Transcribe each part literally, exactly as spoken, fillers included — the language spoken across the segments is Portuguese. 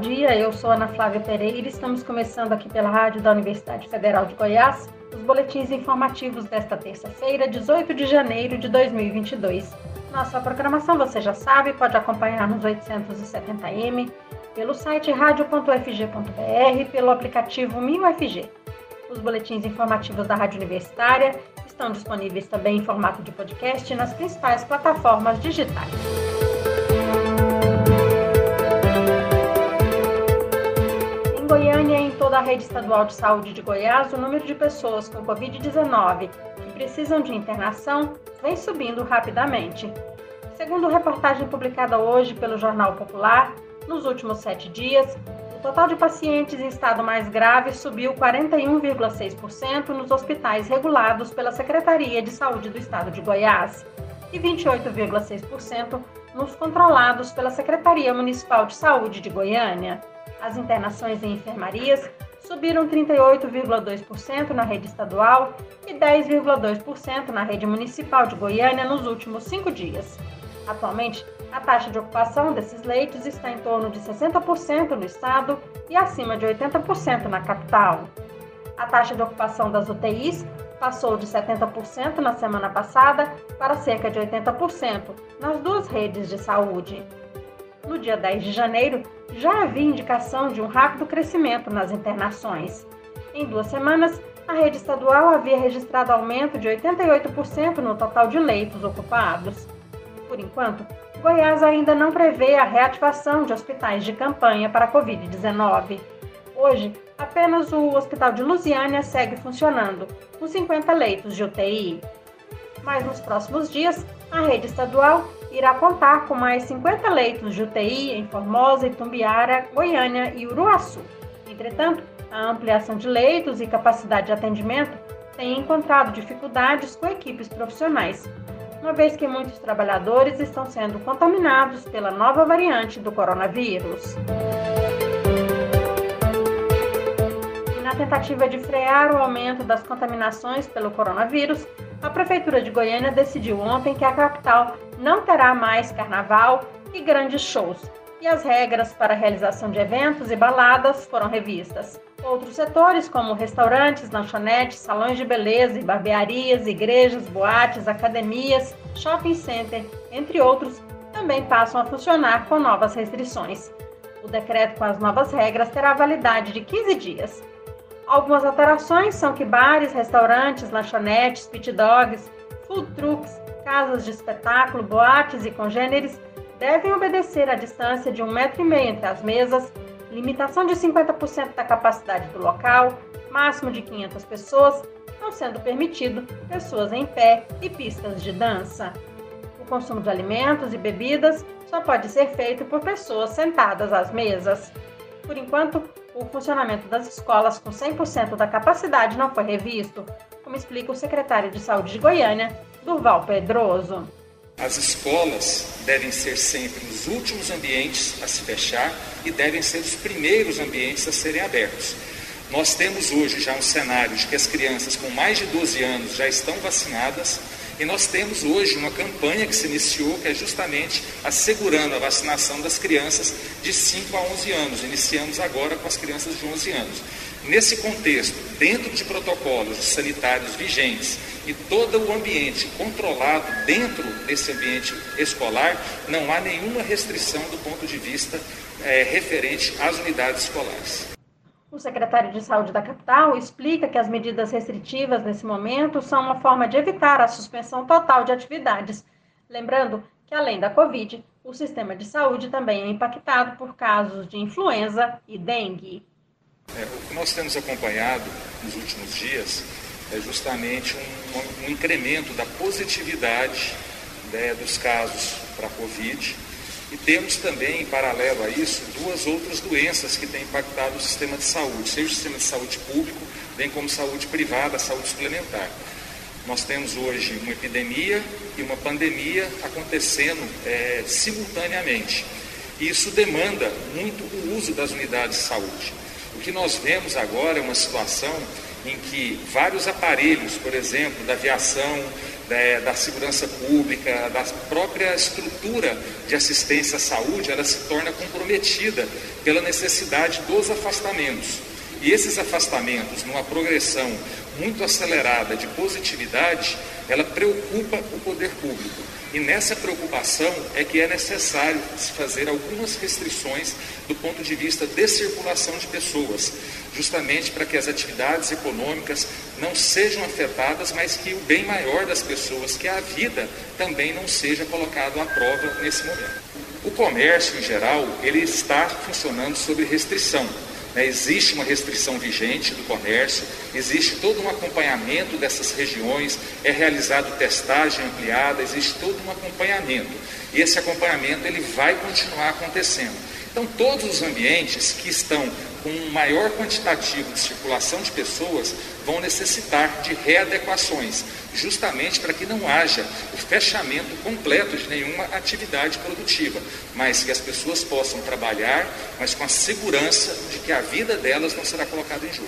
dia, eu sou Ana Flávia Pereira e estamos começando aqui pela rádio da Universidade Federal de Goiás os boletins informativos desta terça-feira, dezoito de janeiro de dois mil e vinte e dois. Nossa programação, você já sabe, pode acompanhar nos oitocentos e setenta eme, pelo site radio ponto u f g ponto b r, pelo aplicativo Minho F G. Os boletins informativos da Rádio Universitária estão disponíveis também em formato de podcast nas principais plataformas digitais. Em Goiânia e em toda a rede estadual de saúde de Goiás, o número de pessoas com covid dezenove que precisam de internação vem subindo rapidamente. Segundo reportagem publicada hoje pelo Jornal Popular, nos últimos sete dias, o total de pacientes em estado mais grave subiu quarenta e um vírgula seis por cento nos hospitais regulados pela Secretaria de Saúde do Estado de Goiás e vinte e oito vírgula seis por cento nos controlados pela Secretaria Municipal de Saúde de Goiânia. As internações em enfermarias subiram trinta e oito vírgula dois por cento na rede estadual e dez vírgula dois por cento na rede municipal de Goiânia nos últimos cinco dias. Atualmente, a taxa de ocupação desses leitos está em torno de sessenta por cento no estado e acima de oitenta por cento na capital. A taxa de ocupação das U T Is passou de setenta por cento na semana passada para cerca de oitenta por cento nas duas redes de saúde. No dia dez de janeiro, já havia indicação de um rápido crescimento nas internações. Em duas semanas, a rede estadual havia registrado aumento de oitenta e oito por cento no total de leitos ocupados. Por enquanto, Goiás ainda não prevê a reativação de hospitais de campanha para a covid dezenove. Hoje, apenas o Hospital de Lusiânia segue funcionando, com cinquenta leitos de U T I. Mas nos próximos dias, a rede estadual irá contar com mais cinquenta leitos de U T I em Formosa, Itumbiara, Goiânia e Uruaçu. Entretanto, a ampliação de leitos e capacidade de atendimento tem encontrado dificuldades com equipes profissionais, uma vez que muitos trabalhadores estão sendo contaminados pela nova variante do coronavírus. E na tentativa de frear o aumento das contaminações pelo coronavírus, a Prefeitura de Goiânia decidiu ontem que a capital não terá mais carnaval e grandes shows, e as regras para a realização de eventos e baladas foram revistas. Outros setores, como restaurantes, lanchonetes, salões de beleza e barbearias, igrejas, boates, academias, shopping center, entre outros, também passam a funcionar com novas restrições. O decreto com as novas regras terá validade de quinze dias. Algumas alterações são que bares, restaurantes, lanchonetes, pit dogs, food trucks, casas de espetáculo, boates e congêneres devem obedecer a distância de um metro e meio entre as mesas, limitação de cinquenta por cento da capacidade do local, máximo de quinhentas pessoas, não sendo permitido pessoas em pé e pistas de dança. O consumo de alimentos e bebidas só pode ser feito por pessoas sentadas às mesas. Por enquanto, o funcionamento das escolas com cem por cento da capacidade não foi revisto, como explica o secretário de Saúde de Goiânia, Durval Pedroso. As escolas devem ser sempre os últimos ambientes a se fechar e devem ser os primeiros ambientes a serem abertos. Nós temos hoje já um cenário de que as crianças com mais de doze anos já estão vacinadas e nós temos hoje uma campanha que se iniciou que é justamente assegurando a vacinação das crianças de cinco a onze anos. Iniciamos agora com as crianças de onze anos. Nesse contexto, dentro de protocolos sanitários vigentes e todo o ambiente controlado dentro desse ambiente escolar, não há nenhuma restrição do ponto de vista é, referente às unidades escolares. O secretário de Saúde da capital explica que as medidas restritivas nesse momento são uma forma de evitar a suspensão total de atividades. Lembrando que, além da Covid, o sistema de saúde também é impactado por casos de influenza e dengue. É, o que nós temos acompanhado nos últimos dias é justamente um, um incremento da positividade, né, dos casos para a Covid. E temos também, em paralelo a isso, duas outras doenças que têm impactado o sistema de saúde, seja o sistema de saúde público, bem como saúde privada, saúde suplementar. Nós temos hoje uma epidemia e uma pandemia acontecendo é, simultaneamente. E isso demanda muito o uso das unidades de saúde. O que nós vemos agora é uma situação em que vários aparelhos, por exemplo, da aviação, da, da segurança pública, da própria estrutura de assistência à saúde, ela se torna comprometida pela necessidade dos afastamentos. E esses afastamentos, numa progressão muito acelerada de positividade, ela preocupa o poder público. E nessa preocupação é que é necessário se fazer algumas restrições do ponto de vista de circulação de pessoas, justamente para que as atividades econômicas não sejam afetadas, mas que o bem maior das pessoas, que é a vida, também não seja colocado à prova nesse momento. O comércio, em geral, ele está funcionando sob restrição. Existe uma restrição vigente do comércio, existe todo um acompanhamento dessas regiões, é realizado testagem ampliada, existe todo um acompanhamento. E esse acompanhamento ele vai continuar acontecendo. Então, todos os ambientes que estão com um maior quantitativo de circulação de pessoas vão necessitar de readequações, justamente para que não haja o fechamento completo de nenhuma atividade produtiva, mas que as pessoas possam trabalhar, mas com a segurança de que a vida delas não será colocada em jogo.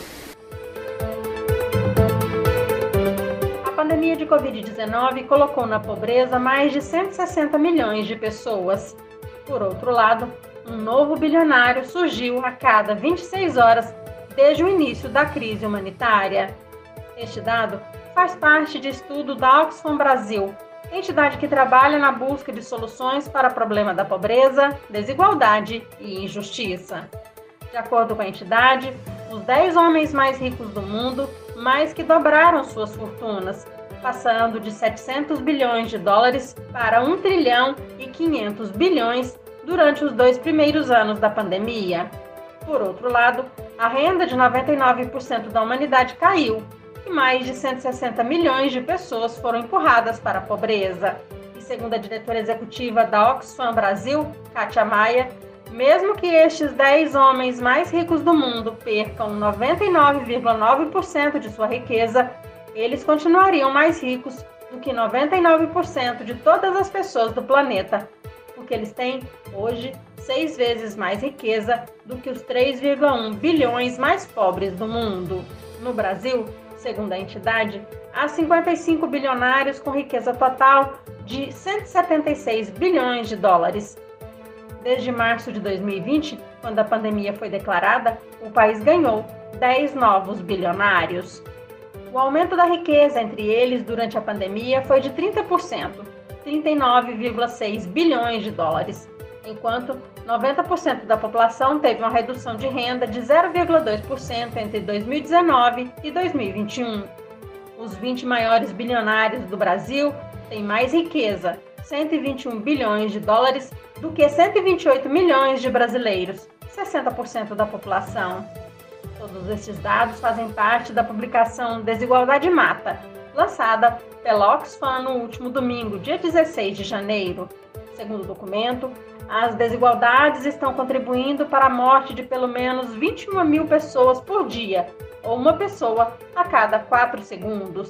A pandemia de covid dezenove colocou na pobreza mais de cento e sessenta milhões de pessoas. Por outro lado, um novo bilionário surgiu a cada vinte e seis horas desde o início da crise humanitária. Este dado faz parte de estudo da Oxfam Brasil, entidade que trabalha na busca de soluções para o problema da pobreza, desigualdade e injustiça. De acordo com a entidade, os dez homens mais ricos do mundo mais que dobraram suas fortunas, passando de setecentos bilhões de dólares para um trilhão e quinhentos bilhões durante os dois primeiros anos da pandemia. Por outro lado, a renda de noventa e nove por cento da humanidade caiu e mais de cento e sessenta milhões de pessoas foram empurradas para a pobreza. E segundo a diretora executiva da Oxfam Brasil, Kátia Maia, mesmo que estes dez homens mais ricos do mundo percam noventa e nove vírgula nove por cento de sua riqueza, eles continuariam mais ricos do que noventa e nove por cento de todas as pessoas do planeta, porque eles têm, hoje, seis vezes mais riqueza do que os três vírgula um bilhões mais pobres do mundo. No Brasil, segundo a entidade, há cinquenta e cinco bilionários com riqueza total de cento e setenta e seis bilhões de dólares. Desde março de dois mil e vinte, quando a pandemia foi declarada, o país ganhou dez novos bilionários. O aumento da riqueza entre eles durante a pandemia foi de trinta por cento, trinta e nove vírgula seis bilhões de dólares, enquanto noventa por cento da população teve uma redução de renda de zero vírgula dois por cento entre dois mil e dezenove e dois mil e vinte e um. Os vinte maiores bilionários do Brasil têm mais riqueza, cento e vinte e um bilhões de dólares, do que cento e vinte e oito milhões de brasileiros, sessenta por cento da população. Todos esses dados fazem parte da publicação Desigualdade Mata, lançada pela Oxfam no último domingo, dia dezesseis de janeiro. Segundo o documento, as desigualdades estão contribuindo para a morte de pelo menos vinte e uma mil pessoas por dia, ou uma pessoa a cada quatro segundos.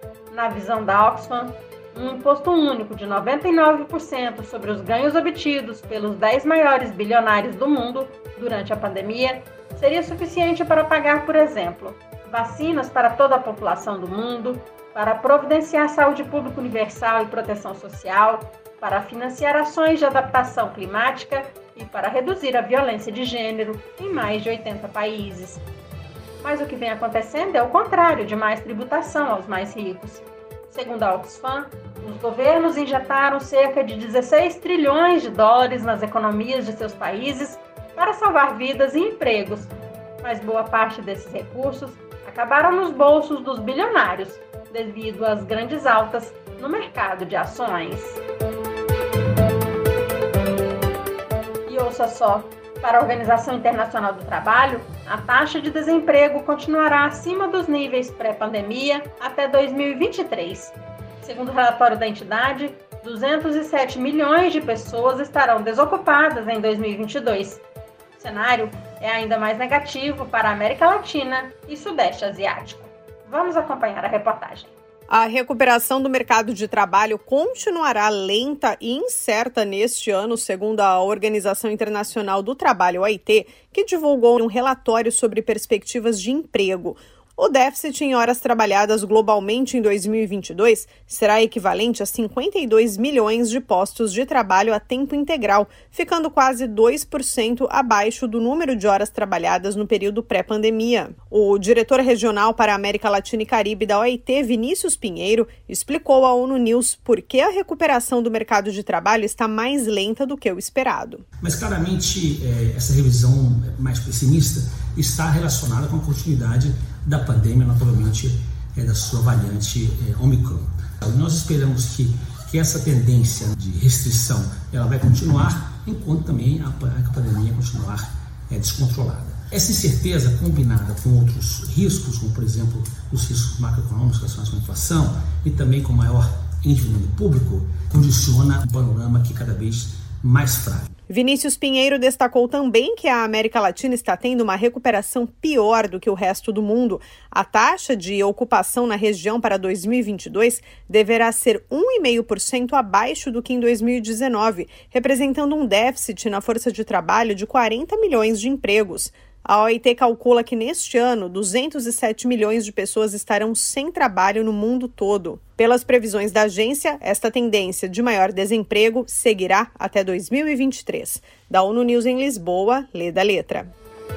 Na visão da Oxfam, um imposto único de noventa e nove por cento sobre os ganhos obtidos pelos dez maiores bilionários do mundo durante a pandemia seria suficiente para pagar, por exemplo, vacinas para toda a população do mundo, para providenciar saúde pública universal e proteção social, para financiar ações de adaptação climática e para reduzir a violência de gênero em mais de oitenta países. Mas o que vem acontecendo é o contrário de mais tributação aos mais ricos. Segundo a Oxfam, os governos injetaram cerca de dezesseis trilhões de dólares nas economias de seus países para salvar vidas e empregos, mas boa parte desses recursos acabaram nos bolsos dos bilionários, devido às grandes altas no mercado de ações. E ouça só, para a Organização Internacional do Trabalho, a taxa de desemprego continuará acima dos níveis pré-pandemia até dois mil e vinte e três. Segundo o relatório da entidade, duzentos e sete milhões de pessoas estarão desocupadas em dois mil e vinte e dois. O cenário é ainda mais negativo para a América Latina e Sudeste Asiático. Vamos acompanhar a reportagem. A recuperação do mercado de trabalho continuará lenta e incerta neste ano, segundo a Organização Internacional do Trabalho, O I T, que divulgou um relatório sobre perspectivas de emprego. O déficit em horas trabalhadas globalmente em dois mil e vinte e dois será equivalente a cinquenta e dois milhões de postos de trabalho a tempo integral, ficando quase dois por cento abaixo do número de horas trabalhadas no período pré-pandemia. O diretor regional para a América Latina e Caribe da O I T, Vinícius Pinheiro, explicou à ONU News por que a recuperação do mercado de trabalho está mais lenta do que o esperado. Mas claramente essa revisão mais pessimista está relacionada com a continuidade da pandemia, naturalmente, é, da sua variante é, Omicron. Nós esperamos que, que essa tendência de restrição ela vai continuar, enquanto também a, a pandemia continuar é, descontrolada. Essa incerteza, combinada com outros riscos, como, por exemplo, os riscos macroeconômicos relacionados com a inflação e também com maior endividamento público, condiciona um panorama que é cada vez mais frágil. Vinícius Pinheiro destacou também que a América Latina está tendo uma recuperação pior do que o resto do mundo. A taxa de ocupação na região para dois mil e vinte e dois deverá ser um vírgula cinco por cento abaixo do que em dois mil e dezenove, representando um déficit na força de trabalho de quarenta milhões de empregos. A O I T calcula que neste ano, duzentos e sete milhões de pessoas estarão sem trabalho no mundo todo. Pelas previsões da agência, esta tendência de maior desemprego seguirá até dois mil e vinte e três. Da ONU News em Lisboa, lê da letra.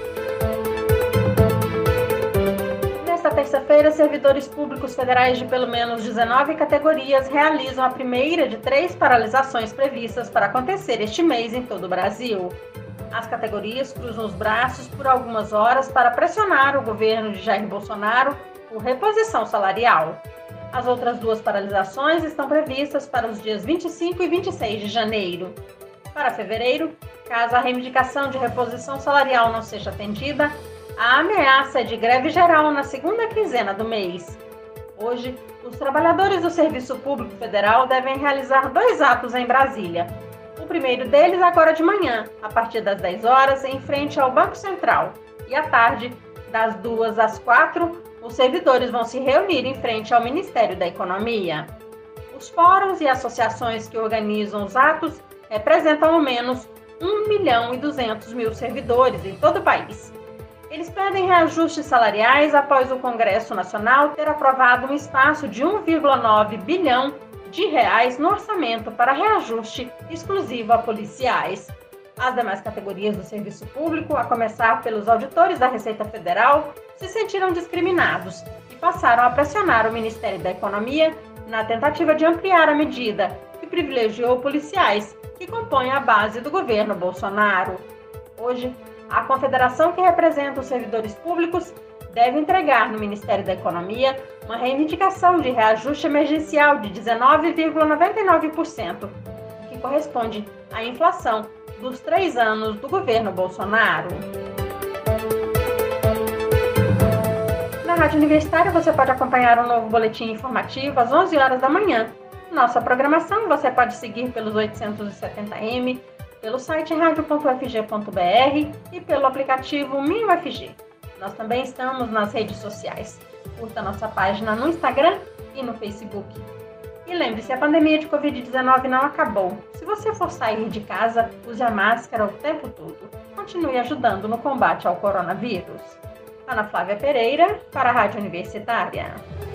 Nesta terça-feira, servidores públicos federais de pelo menos dezenove categorias realizam a primeira de três paralisações previstas para acontecer este mês em todo o Brasil. As categorias cruzam os braços por algumas horas para pressionar o governo de Jair Bolsonaro por reposição salarial. As outras duas paralisações estão previstas para os dias vinte e cinco e vinte e seis de janeiro. Para fevereiro, caso a reivindicação de reposição salarial não seja atendida, a ameaça é de greve geral na segunda quinzena do mês. Hoje, os trabalhadores do Serviço Público Federal devem realizar dois atos em Brasília. O primeiro deles agora de manhã, a partir das dez horas, em frente ao Banco Central. E à tarde, das duas às quatro, os servidores vão se reunir em frente ao Ministério da Economia. Os fóruns e associações que organizam os atos representam ao menos um milhão e duzentos mil servidores em todo o país. Eles pedem reajustes salariais após o Congresso Nacional ter aprovado um espaço de um vírgula nove bilhão de reais no orçamento para reajuste exclusivo a policiais. As demais categorias do serviço público, a começar pelos auditores da Receita Federal, se sentiram discriminados e passaram a pressionar o Ministério da Economia na tentativa de ampliar a medida que privilegiou policiais que compõem a base do governo Bolsonaro. Hoje, a confederação que representa os servidores públicos deve entregar no Ministério da Economia uma reivindicação de reajuste emergencial de dezenove vírgula noventa e nove por cento, que corresponde à inflação dos três anos do governo Bolsonaro. Na Rádio Universitária você pode acompanhar um novo boletim informativo às onze horas da manhã. Nossa programação você pode seguir pelos oitocentos e setenta M, pelo site radio ponto u f g ponto b r e pelo aplicativo Minho U F G. Nós também estamos nas redes sociais. Curta nossa página no Instagram e no Facebook. E lembre-se, a pandemia de covid dezenove não acabou. Se você for sair de casa, use a máscara o tempo todo. Continue ajudando no combate ao coronavírus. Ana Flávia Pereira, para a Rádio Universitária.